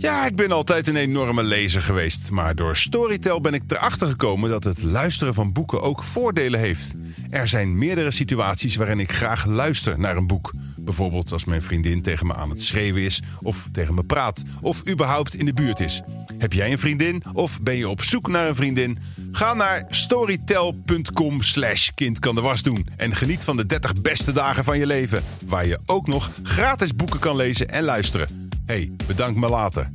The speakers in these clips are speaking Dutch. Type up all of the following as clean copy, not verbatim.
Ja, ik ben altijd een enorme lezer geweest. Maar door Storytel ben ik erachter gekomen dat het luisteren van boeken ook voordelen heeft. Er zijn meerdere situaties waarin ik graag luister naar een boek. Bijvoorbeeld als mijn vriendin tegen me aan het schreeuwen is, of tegen me praat, of überhaupt in de buurt is. Heb jij een vriendin of ben je op zoek naar een vriendin? Ga naar storytel.com/kind kan de was doen en geniet van de 30 beste dagen van je leven. Waar je ook nog gratis boeken kan lezen en luisteren. Hey, bedankt me later.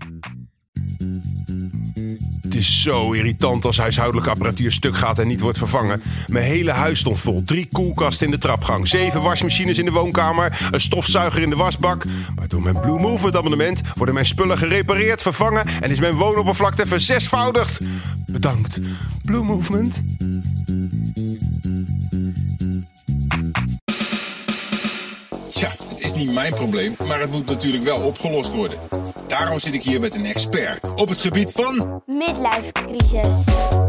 Het is zo irritant als huishoudelijke apparatuur stuk gaat en niet wordt vervangen. Mijn hele huis stond vol. 3 koelkasten in de trapgang, 7 wasmachines in de woonkamer, een stofzuiger in de wasbak. Maar door mijn Blue Movement abonnement worden mijn spullen gerepareerd, vervangen en is mijn woonoppervlakte verzesvoudigd. Bedankt, Blue Movement. Tja, het is niet mijn probleem, maar het moet natuurlijk wel opgelost worden. Daarom zit ik hier met een expert op het gebied van midlife crisis.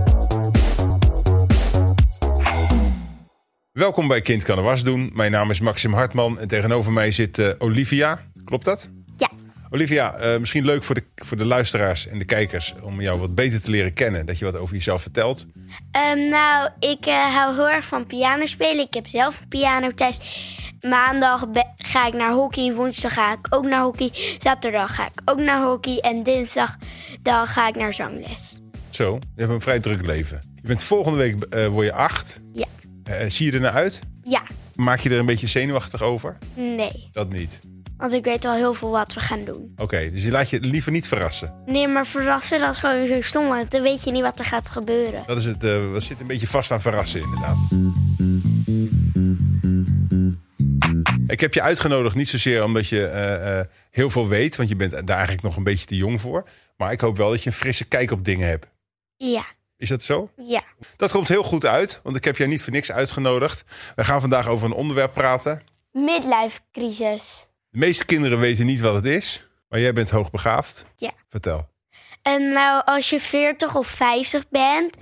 Welkom bij Kind kan de was doen. Mijn naam is Maxim Hartman en tegenover mij zit Olivia. Klopt dat? Ja. Olivia, misschien leuk voor de luisteraars en de kijkers om jou wat beter te leren kennen. Dat je wat over jezelf vertelt. Nou, ik hou heel erg van piano spelen. Ik heb zelf een piano thuis. Maandag ga ik naar hockey. Woensdag ga ik ook naar hockey. Zaterdag ga ik ook naar hockey. En dinsdag dan ga ik naar zangles. Zo, je hebt een vrij druk leven. Je bent volgende week word je 8. Ja. Zie je er naar uit? Ja. Maak je er een beetje zenuwachtig over? Nee. Dat niet. Want ik weet al heel veel wat we gaan doen. Oké, dus je laat je liever niet verrassen. Nee, maar verrassen, dat is gewoon zo stom. Want dan weet je niet wat er gaat gebeuren. Dat is het. We zitten een beetje vast aan verrassen, inderdaad. Ik heb je uitgenodigd niet zozeer omdat je heel veel weet. Want je bent daar eigenlijk nog een beetje te jong voor. Maar ik hoop wel dat je een frisse kijk op dingen hebt. Ja. Is dat zo? Ja. Dat komt heel goed uit, want ik heb jou niet voor niks uitgenodigd. We gaan vandaag over een onderwerp praten. Midlife crisis. De meeste kinderen weten niet wat het is. Maar jij bent hoogbegaafd. Ja. Vertel. Nou, als je 40 of 50 bent,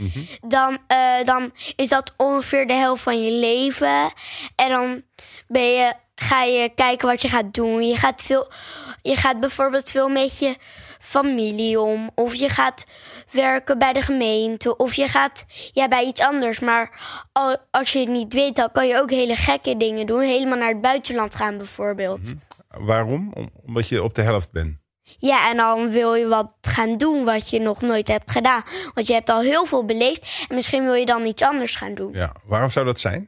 dan is dat ongeveer de helft van je leven. En dan ga je kijken wat je gaat doen. Je gaat bijvoorbeeld veel met je familie om. Of je gaat werken bij de gemeente. Of je gaat bij iets anders. Maar als je het niet weet, dan kan je ook hele gekke dingen doen. Helemaal naar het buitenland gaan bijvoorbeeld. Waarom? Omdat je op de helft bent. Ja, en dan wil je wat gaan doen wat je nog nooit hebt gedaan. Want je hebt al heel veel beleefd en misschien wil je dan iets anders gaan doen. Ja, waarom zou dat zijn?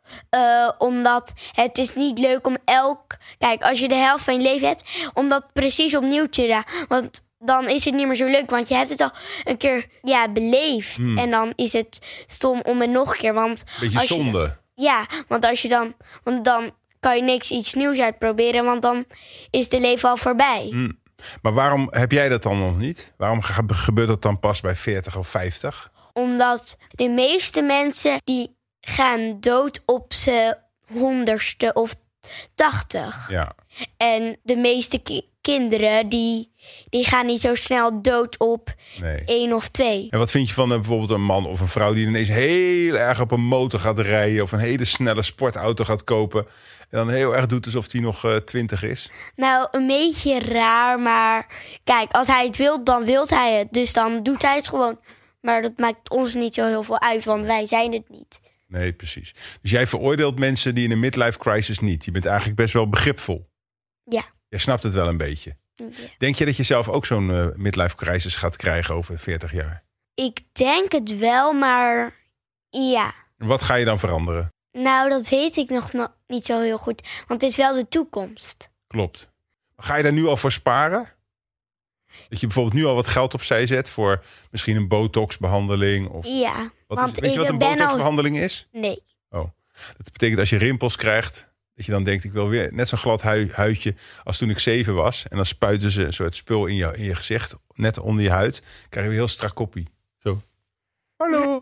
Omdat het is niet leuk om Kijk, als je de helft van je leven hebt, om dat precies opnieuw te doen. Want dan is het niet meer zo leuk, want je hebt het al een keer beleefd. En dan is het stom om het nog een keer. Beetje zonde. Want dan kan je iets nieuws uitproberen, want dan is de leven al voorbij. Maar waarom heb jij dat dan nog niet? Waarom gebeurt dat dan pas bij 40 of 50? Omdat de meeste mensen die gaan dood op z'n 100ste of 80. Ja. En de meeste kinderen die gaan niet zo snel dood op 1 of 2. En wat vind je van bijvoorbeeld een man of een vrouw die ineens heel erg op een motor gaat rijden of een hele snelle sportauto gaat kopen en dan heel erg doet alsof hij nog 20 is? Nou, een beetje raar, maar kijk, als hij het wil, dan wil hij het. Dus dan doet hij het gewoon. Maar dat maakt ons niet zo heel veel uit, want wij zijn het niet. Nee, precies. Dus jij veroordeelt mensen die in een midlife crisis niet. Je bent eigenlijk best wel begripvol. Ja. Je snapt het wel een beetje. Ja. Denk je dat je zelf ook zo'n midlife crisis gaat krijgen over 40 jaar? Ik denk het wel, maar ja. Wat ga je dan veranderen? Nou, dat weet ik nog niet zo heel goed. Want het is wel de toekomst. Klopt. Ga je daar nu al voor sparen? Dat je bijvoorbeeld nu al wat geld opzij zet voor misschien een botoxbehandeling? Of Ja. Weet je wat een botoxbehandeling is? Nee. Oh. Dat betekent als je rimpels krijgt, dat je dan denkt, ik wil weer net zo'n glad huidje als toen ik 7 was. En dan spuiten ze een soort spul in je gezicht, net onder je huid. Krijg je weer heel strak koppie. Zo. Hallo,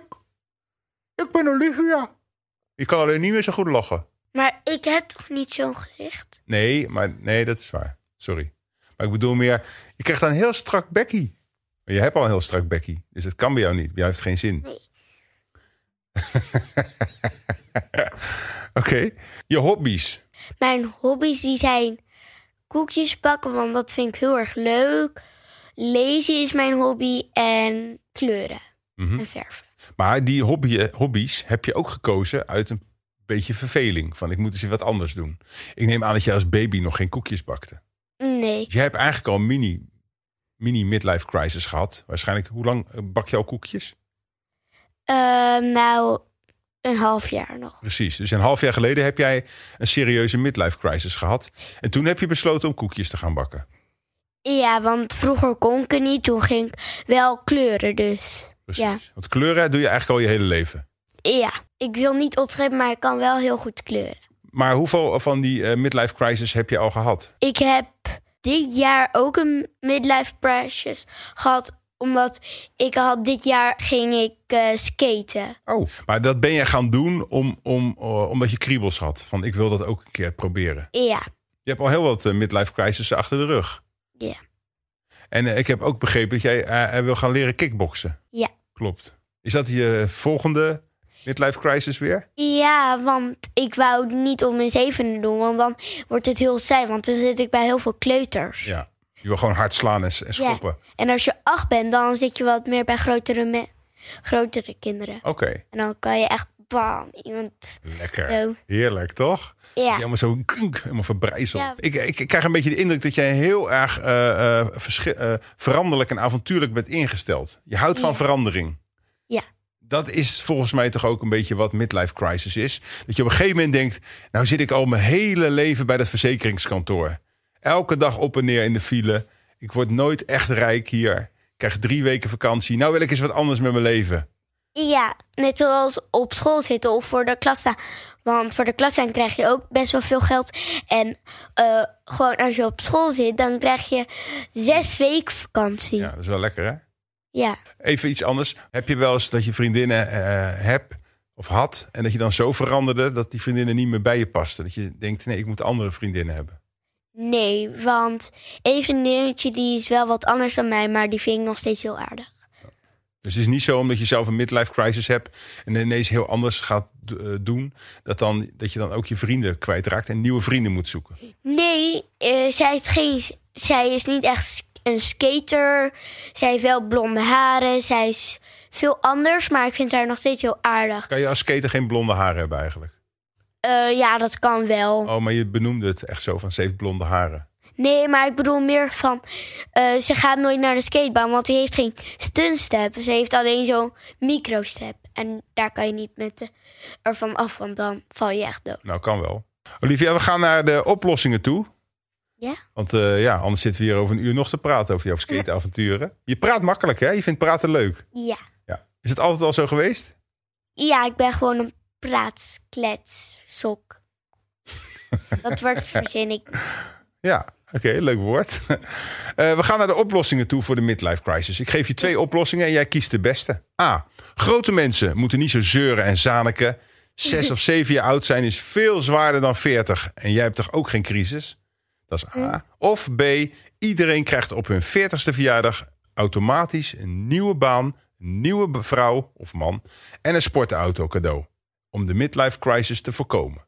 ik ben Olivia. Je kan alleen niet meer zo goed lachen. Maar ik heb toch niet zo'n gezicht? Nee, dat is waar. Sorry. Maar ik bedoel meer, je krijgt dan een heel strak bekkie. Maar je hebt al een heel strak bekkie. Dus het kan bij jou niet. Bij jou heeft geen zin. Nee. Oké. Je hobby's. Mijn hobby's die zijn koekjes bakken, want dat vind ik heel erg leuk. Lezen is mijn hobby en kleuren en verven. Maar die hobby's heb je ook gekozen uit een beetje verveling. Van ik moet eens wat anders doen. Ik neem aan dat je als baby nog geen koekjes bakte. Nee. Dus jij hebt eigenlijk al een mini midlife crisis gehad. Waarschijnlijk, hoe lang bak je al koekjes? Nou, een half jaar nog. Precies, dus een half jaar geleden heb jij een serieuze midlife crisis gehad. En toen heb je besloten om koekjes te gaan bakken. Ja, want vroeger kon ik het niet. Toen ging ik wel kleuren, dus. Precies, ja. Want kleuren doe je eigenlijk al je hele leven. Ja, ik wil niet opgeven, maar ik kan wel heel goed kleuren. Maar hoeveel van die midlife crisis heb je al gehad? Ik heb dit jaar ook een midlife crisis gehad, omdat dit jaar ging ik skaten. Oh, maar dat ben je gaan doen omdat je kriebels had. Van ik wil dat ook een keer proberen. Ja. Je hebt al heel wat midlife crisis achter de rug. Ja. En ik heb ook begrepen dat jij wil gaan leren kickboksen. Ja. Klopt. Is dat je volgende midlife crisis weer? Ja, want ik wou het niet om mijn 7e doen, want dan wordt het heel saai, want dan zit ik bij heel veel kleuters. Ja. Je wil gewoon hard slaan en schoppen. Ja. En als je 8 bent, dan zit je wat meer bij grotere kinderen. Oké. En dan kan je echt bam, iemand... Lekker. Zo. Heerlijk, toch? Ja. Helemaal zo helemaal verbrijzeld. Ja. Ik krijg een beetje de indruk dat jij heel erg veranderlijk en avontuurlijk bent ingesteld. Je houdt van verandering. Ja. Dat is volgens mij toch ook een beetje wat midlife crisis is. Dat je op een gegeven moment denkt, nou zit ik al mijn hele leven bij dat verzekeringskantoor. Elke dag op en neer in de file. Ik word nooit echt rijk hier. Ik krijg 3 weken vakantie. Nou wil ik eens wat anders met mijn leven. Ja, net zoals op school zitten of voor de klas staan. Want voor de klas staan krijg je ook best wel veel geld. En gewoon als je op school zit, dan krijg je 6 weken vakantie. Ja, dat is wel lekker, hè? Ja. Even iets anders. Heb je wel eens dat je vriendinnen hebt of had... en dat je dan zo veranderde dat die vriendinnen niet meer bij je pasten? Dat je denkt, nee, ik moet andere vriendinnen hebben. Nee, want een vriendinnetje die is wel wat anders dan mij, maar die vind ik nog steeds heel aardig. Dus het is niet zo omdat je zelf een midlife crisis hebt en ineens heel anders gaat doen, dat je dan ook je vrienden kwijtraakt en nieuwe vrienden moet zoeken. Nee, zij is niet echt een skater. Zij heeft wel blonde haren. Zij is veel anders, maar ik vind haar nog steeds heel aardig. Kan je als skater geen blonde haren hebben eigenlijk? Ja, dat kan wel. Oh, maar je benoemde het echt zo van ze heeft blonde haren. Nee, maar ik bedoel meer van... ze gaat nooit naar de skatebaan, want ze heeft geen stuntstep. Ze heeft alleen zo'n microstep. En daar kan je niet ervan af, want dan val je echt dood. Nou, kan wel. Olivia, we gaan naar de oplossingen toe. Ja? Want anders zitten we hier over een uur nog te praten over jouw skateavonturen. Je praat makkelijk, hè? Je vindt praten leuk. Ja. Is het altijd al zo geweest? Ja, ik ben gewoon een praatklets-sok. Dat woord verzin ik. Ja, oké, leuk woord. We gaan naar de oplossingen toe voor de midlife crisis. Ik geef je 2 oplossingen en jij kiest de beste. A. Grote mensen moeten niet zo zeuren en zaniken. 6 of 7 jaar oud zijn is veel zwaarder dan 40. En jij hebt toch ook geen crisis? Dat is A. Of B. Iedereen krijgt op hun 40ste verjaardag automatisch een nieuwe baan, een nieuwe vrouw of man en een sportauto cadeau. Om de midlife crisis te voorkomen.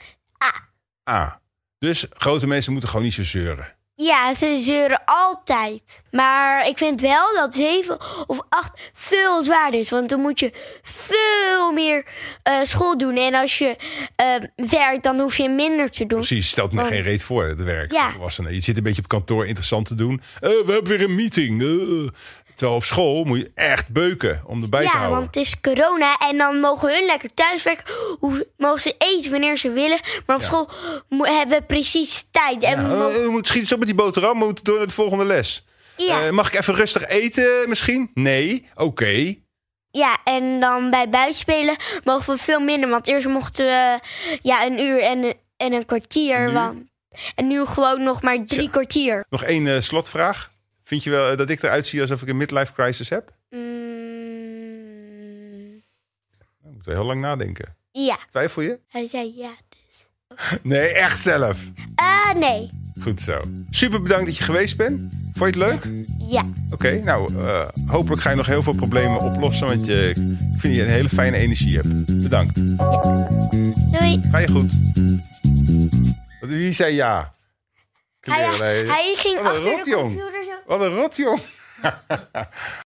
A. Dus grote mensen moeten gewoon niet zo zeuren. Ja, ze zeuren altijd. Maar ik vind wel dat 7 of 8 veel zwaarder is. Want dan moet je veel meer school doen. En als je werkt, dan hoef je minder te doen. Precies, stelt me geen reet voor, het werk. Ja. Je zit een beetje op kantoor interessant te doen. We hebben weer een meeting. Terwijl op school moet je echt beuken om erbij te houden. Ja, want het is corona en dan mogen hun lekker thuiswerken. Mogen ze eten wanneer ze willen. Maar op school hebben we precies tijd. En we moeten schieten op met die boterham. We moeten door naar de volgende les. Ja. Mag ik even rustig eten misschien? Nee? Oké. Ja, en dan bij buitenspelen mogen we veel minder. Want eerst mochten we een uur en een kwartier. En nu gewoon nog maar 3 kwartier. Nog 1 slotvraag. Vind je wel dat ik eruit zie alsof ik een midlife crisis heb? Ik moet wel heel lang nadenken. Ja. Twijfel je? Hij zei ja dus. Nee, echt zelf. Nee. Goed zo. Super bedankt dat je geweest bent. Vond je het leuk? Ja. Oké, hopelijk ga je nog heel veel problemen oplossen. Want ik vind dat je een hele fijne energie hebt. Bedankt. Doei. Ga je goed? Wie zei ja? Hij ging Wat een achter de rotjong. computer zo. Wat een rotjong.